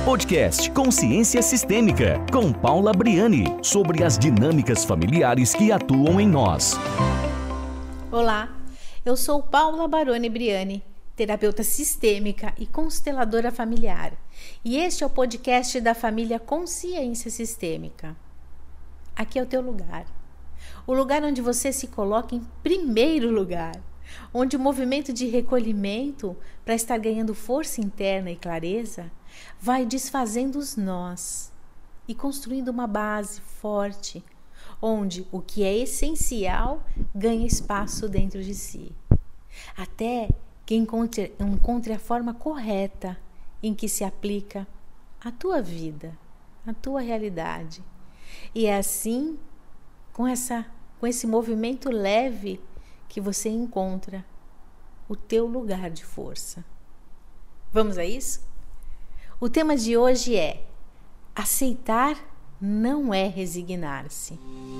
Podcast Consciência Sistêmica, com Paula Briani, sobre as dinâmicas familiares que atuam em nós. Olá, eu sou Paula Baroni Briani, terapeuta sistêmica e consteladora familiar. E este é o podcast da família Consciência Sistêmica. Aqui é o teu lugar. O lugar onde você se coloca em primeiro lugar. Onde o movimento de recolhimento, para estar ganhando força interna e clareza, vai desfazendo os nós e construindo uma base forte, onde o que é essencial ganha espaço dentro de si. Até que encontre a forma correta em que se aplica a tua vida, a tua realidade. E é assim, com esse movimento leve, que você encontra o teu lugar de força. Vamos a isso? O tema de hoje é: aceitar não é resignar-se.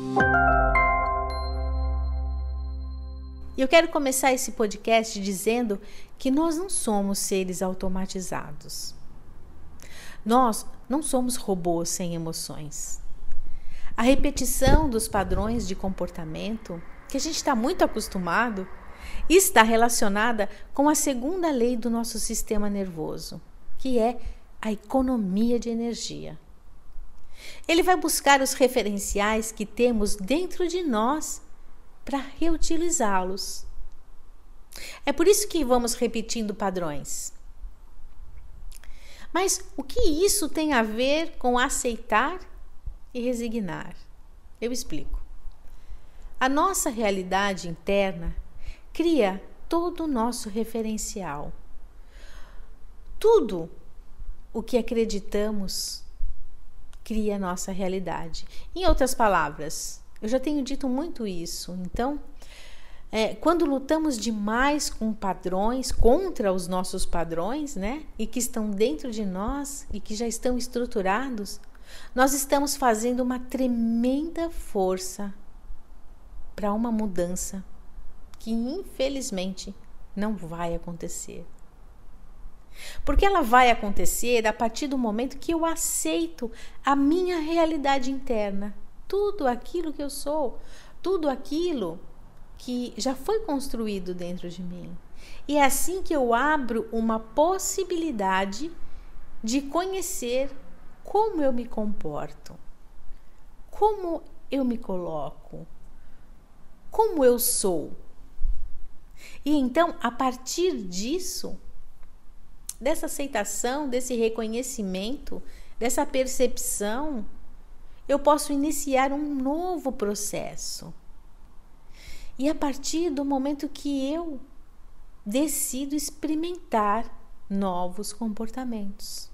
E eu quero começar esse podcast dizendo que nós não somos seres automatizados. Nós não somos robôs sem emoções. A repetição dos padrões de comportamento que a gente está muito acostumado está relacionada com a segunda lei do nosso sistema nervoso, que é a economia de energia. Ele vai buscar os referenciais que temos dentro de nós para reutilizá-los. É por isso que vamos repetindo padrões. Mas o que isso tem a ver com aceitar e resignar? Eu explico. A nossa realidade interna cria todo o nosso referencial. Tudo o que acreditamos cria a nossa realidade. Em outras palavras, eu já tenho dito muito isso. Então, quando lutamos demais com padrões, contra os nossos padrões, né? E que estão dentro de nós e que já estão estruturados, nós estamos fazendo uma tremenda força para uma mudança que infelizmente não vai acontecer. Porque ela vai acontecer a partir do momento que eu aceito a minha realidade interna, tudo aquilo que eu sou, tudo aquilo que já foi construído dentro de mim. E é assim que eu abro uma possibilidade de conhecer como eu me comporto, como eu me coloco, como eu sou. E então, a partir disso, dessa aceitação, desse reconhecimento, dessa percepção, eu posso iniciar um novo processo. E a partir do momento que eu decido experimentar novos comportamentos.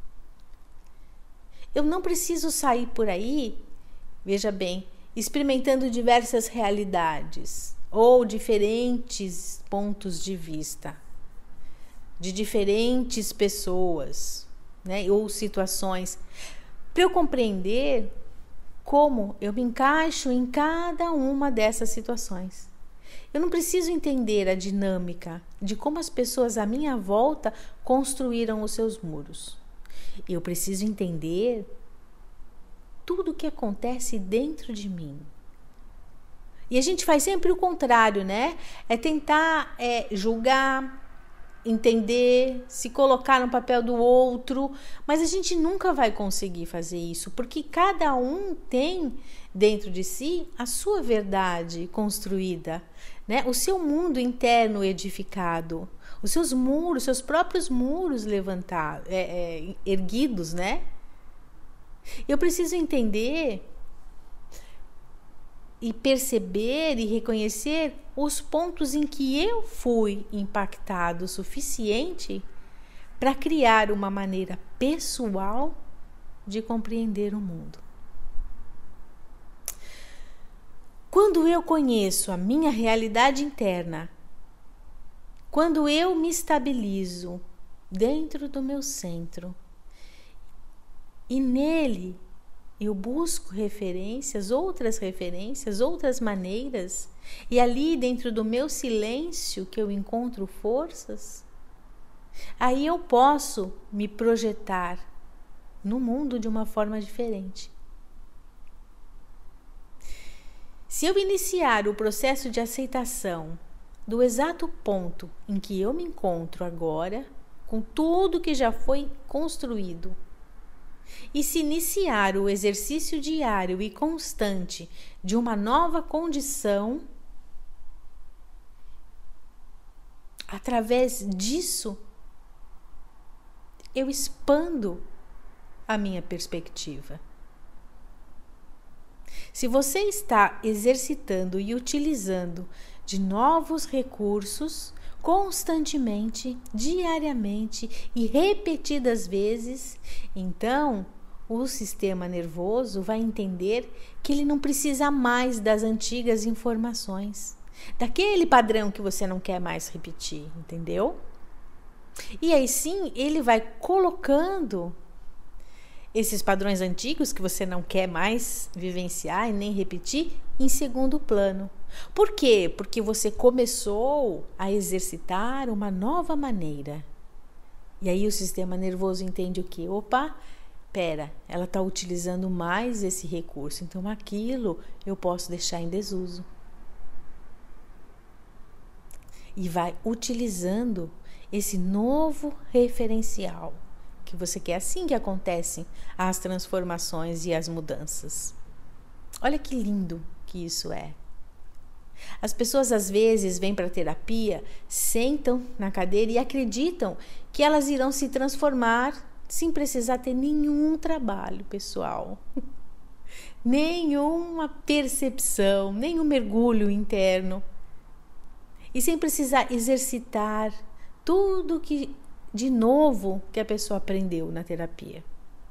Eu não preciso sair por aí, veja bem, experimentando diversas realidades ou diferentes pontos de vista de diferentes pessoas, né, ou situações, para eu compreender como eu me encaixo em cada uma dessas situações. Eu não preciso entender a dinâmica de como as pessoas à minha volta construíram os seus muros. Eu preciso entender tudo o que acontece dentro de mim. E a gente faz sempre o contrário, né? É tentar julgar, entender, se colocar no papel do outro, mas a gente nunca vai conseguir fazer isso, porque cada um tem dentro de si a sua verdade construída, né? O seu mundo interno edificado, os seus muros, seus próprios muros levantados, erguidos, né? Eu preciso entender e perceber e reconhecer os pontos em que eu fui impactado o suficiente para criar uma maneira pessoal de compreender o mundo. Quando eu conheço a minha realidade interna, quando eu me estabilizo dentro do meu centro e nele eu busco outras maneiras, e ali dentro do meu silêncio que eu encontro forças, aí eu posso me projetar no mundo de uma forma diferente. Se eu iniciar o processo de aceitação do exato ponto em que eu me encontro agora, com tudo que já foi construído, e se iniciar o exercício diário e constante de uma nova condição, através disso, eu expando a minha perspectiva. Se você está exercitando e utilizando de novos recursos constantemente, diariamente e repetidas vezes, então o sistema nervoso vai entender que ele não precisa mais das antigas informações, daquele padrão que você não quer mais repetir, entendeu? E aí sim, ele vai colocando esses padrões antigos que você não quer mais vivenciar e nem repetir em segundo plano. Por quê? Porque você começou a exercitar uma nova maneira. E aí o sistema nervoso entende o quê? Opa, pera, ela está utilizando mais esse recurso, então aquilo eu posso deixar em desuso. E vai utilizando esse novo referencial que você quer. Assim que acontecem as transformações e as mudanças. Olha que lindo que isso é. As pessoas às vezes vêm para a terapia, sentam na cadeira e acreditam que elas irão se transformar sem precisar ter nenhum trabalho pessoal, nenhuma percepção, nenhum mergulho interno, e sem precisar exercitar tudo que de novo que a pessoa aprendeu na terapia.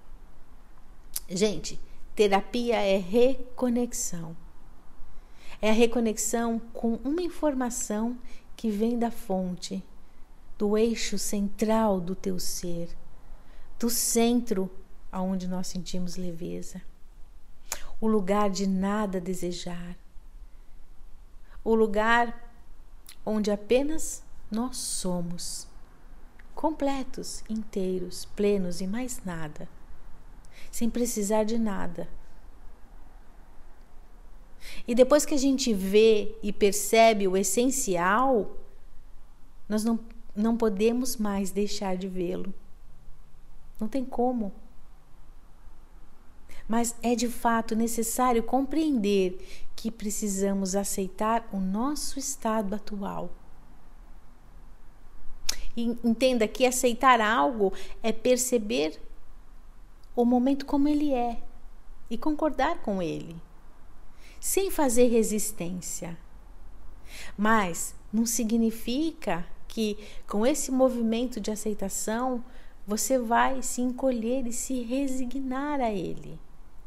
Gente, terapia é reconexão. É a reconexão com uma informação que vem da fonte, do eixo central do teu ser, do centro aonde nós sentimos leveza, o lugar de nada desejar, o lugar onde apenas nós somos, completos, inteiros, plenos e mais nada, sem precisar de nada. E depois que a gente vê e percebe o essencial, nós não podemos mais deixar de vê-lo. Não tem como. Mas é de fato necessário compreender que precisamos aceitar o nosso estado atual. E entenda que aceitar algo é perceber o momento como ele é e concordar com ele, sem fazer resistência. Mas não significa que com esse movimento de aceitação você vai se encolher e se resignar a ele.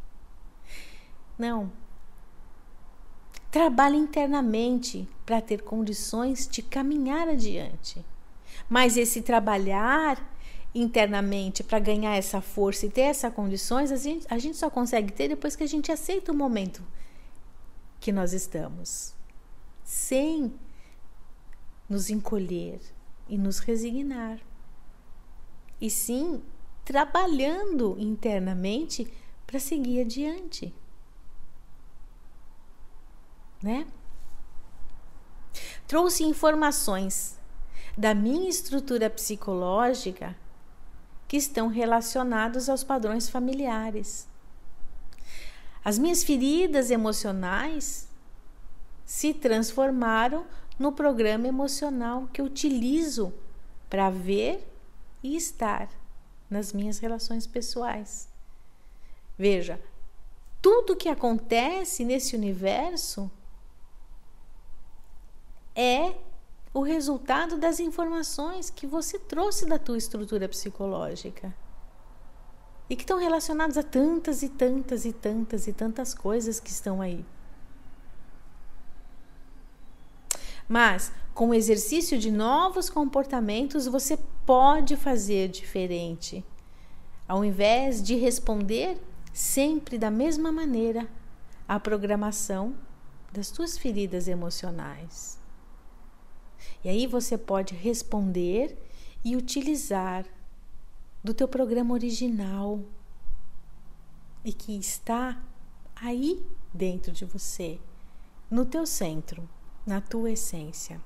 Não. Trabalhe internamente para ter condições de caminhar adiante. Mas esse trabalhar internamente para ganhar essa força e ter essas condições, a gente só consegue ter depois que a gente aceita o momento que nós estamos, sem nos encolher e nos resignar, e sim trabalhando internamente para seguir adiante, né? Trouxe informações da minha estrutura psicológica que estão relacionados aos padrões familiares. As minhas feridas emocionais se transformaram no programa emocional que eu utilizo para ver e estar nas minhas relações pessoais. Veja, tudo que acontece nesse universo é o resultado das informações que você trouxe da tua estrutura psicológica e que estão relacionadas a tantas e tantas e tantas e tantas coisas que estão aí. Mas com o exercício de novos comportamentos você pode fazer diferente. Ao invés de responder sempre da mesma maneira à programação das tuas feridas emocionais. E aí você pode responder e utilizar do teu programa original, e que está aí dentro de você, no teu centro, na tua essência.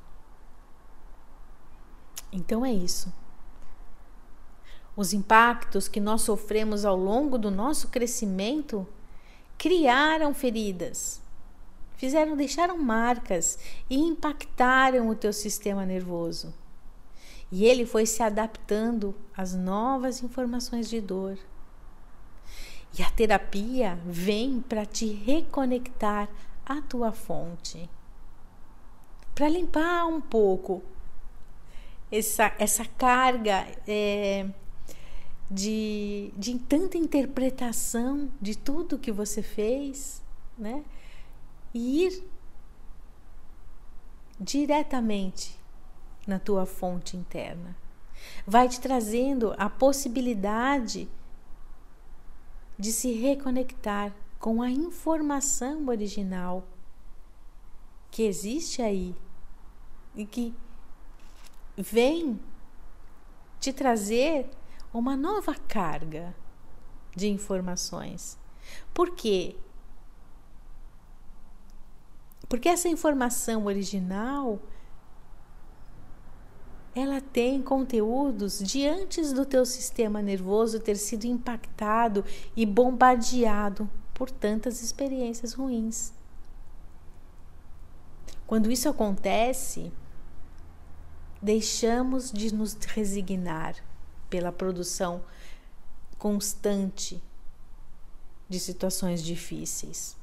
Então é isso. Os impactos que nós sofremos ao longo do nosso crescimento criaram feridas, deixaram marcas e impactaram o teu sistema nervoso. E ele foi se adaptando às novas informações de dor. E a terapia vem para te reconectar à tua fonte, para limpar um pouco essa carga de tanta interpretação de tudo que você fez, né? E ir diretamente na tua fonte interna. Vai te trazendo a possibilidade de se reconectar com a informação original que existe aí e que vem te trazer uma nova carga de informações. Por quê? Porque essa informação original, ela tem conteúdos de antes do teu sistema nervoso ter sido impactado e bombardeado por tantas experiências ruins. Quando isso acontece, deixamos de nos resignar pela produção constante de situações difíceis.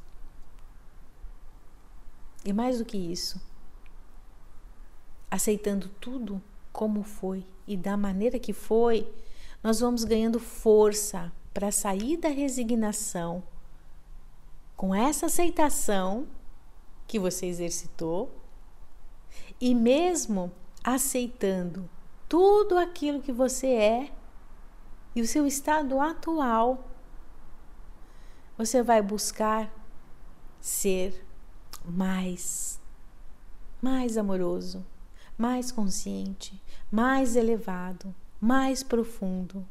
E mais do que isso, aceitando tudo como foi e da maneira que foi, nós vamos ganhando força para sair da resignação com essa aceitação que você exercitou e mesmo aceitando tudo aquilo que você é e o seu estado atual, você vai buscar ser mais amoroso, mais consciente, mais elevado, mais profundo.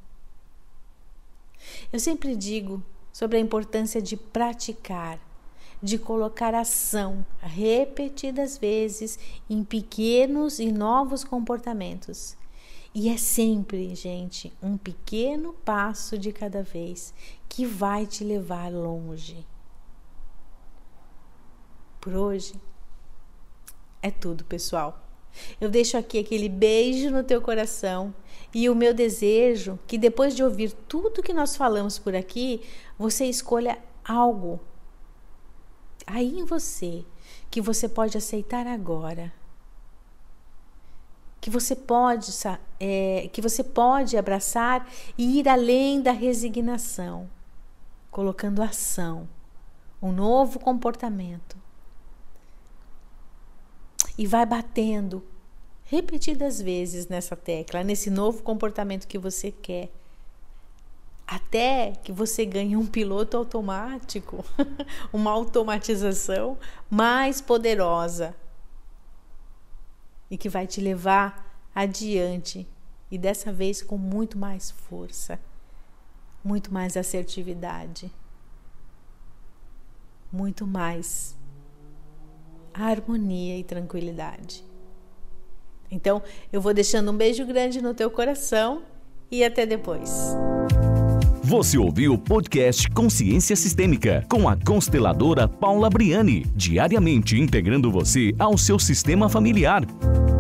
Eu sempre digo sobre a importância de praticar, de colocar ação repetidas vezes em pequenos e novos comportamentos. E é sempre, gente, um pequeno passo de cada vez que vai te levar longe. Por hoje é tudo, pessoal. Eu deixo aqui aquele beijo no teu coração e o meu desejo que depois de ouvir tudo que nós falamos por aqui, você escolha algo aí em você que você pode aceitar agora, que você pode abraçar e ir além da resignação, colocando ação, um novo comportamento. E vai batendo repetidas vezes nessa tecla, nesse novo comportamento que você quer, até que você ganhe um piloto automático, uma automatização mais poderosa e que vai te levar adiante e dessa vez com muito mais força, muito mais assertividade, muito mais harmonia e tranquilidade. Então, eu vou deixando um beijo grande no teu coração e até depois. Você ouviu o podcast Consciência Sistêmica com a consteladora Paula Briani, diariamente integrando você ao seu sistema familiar.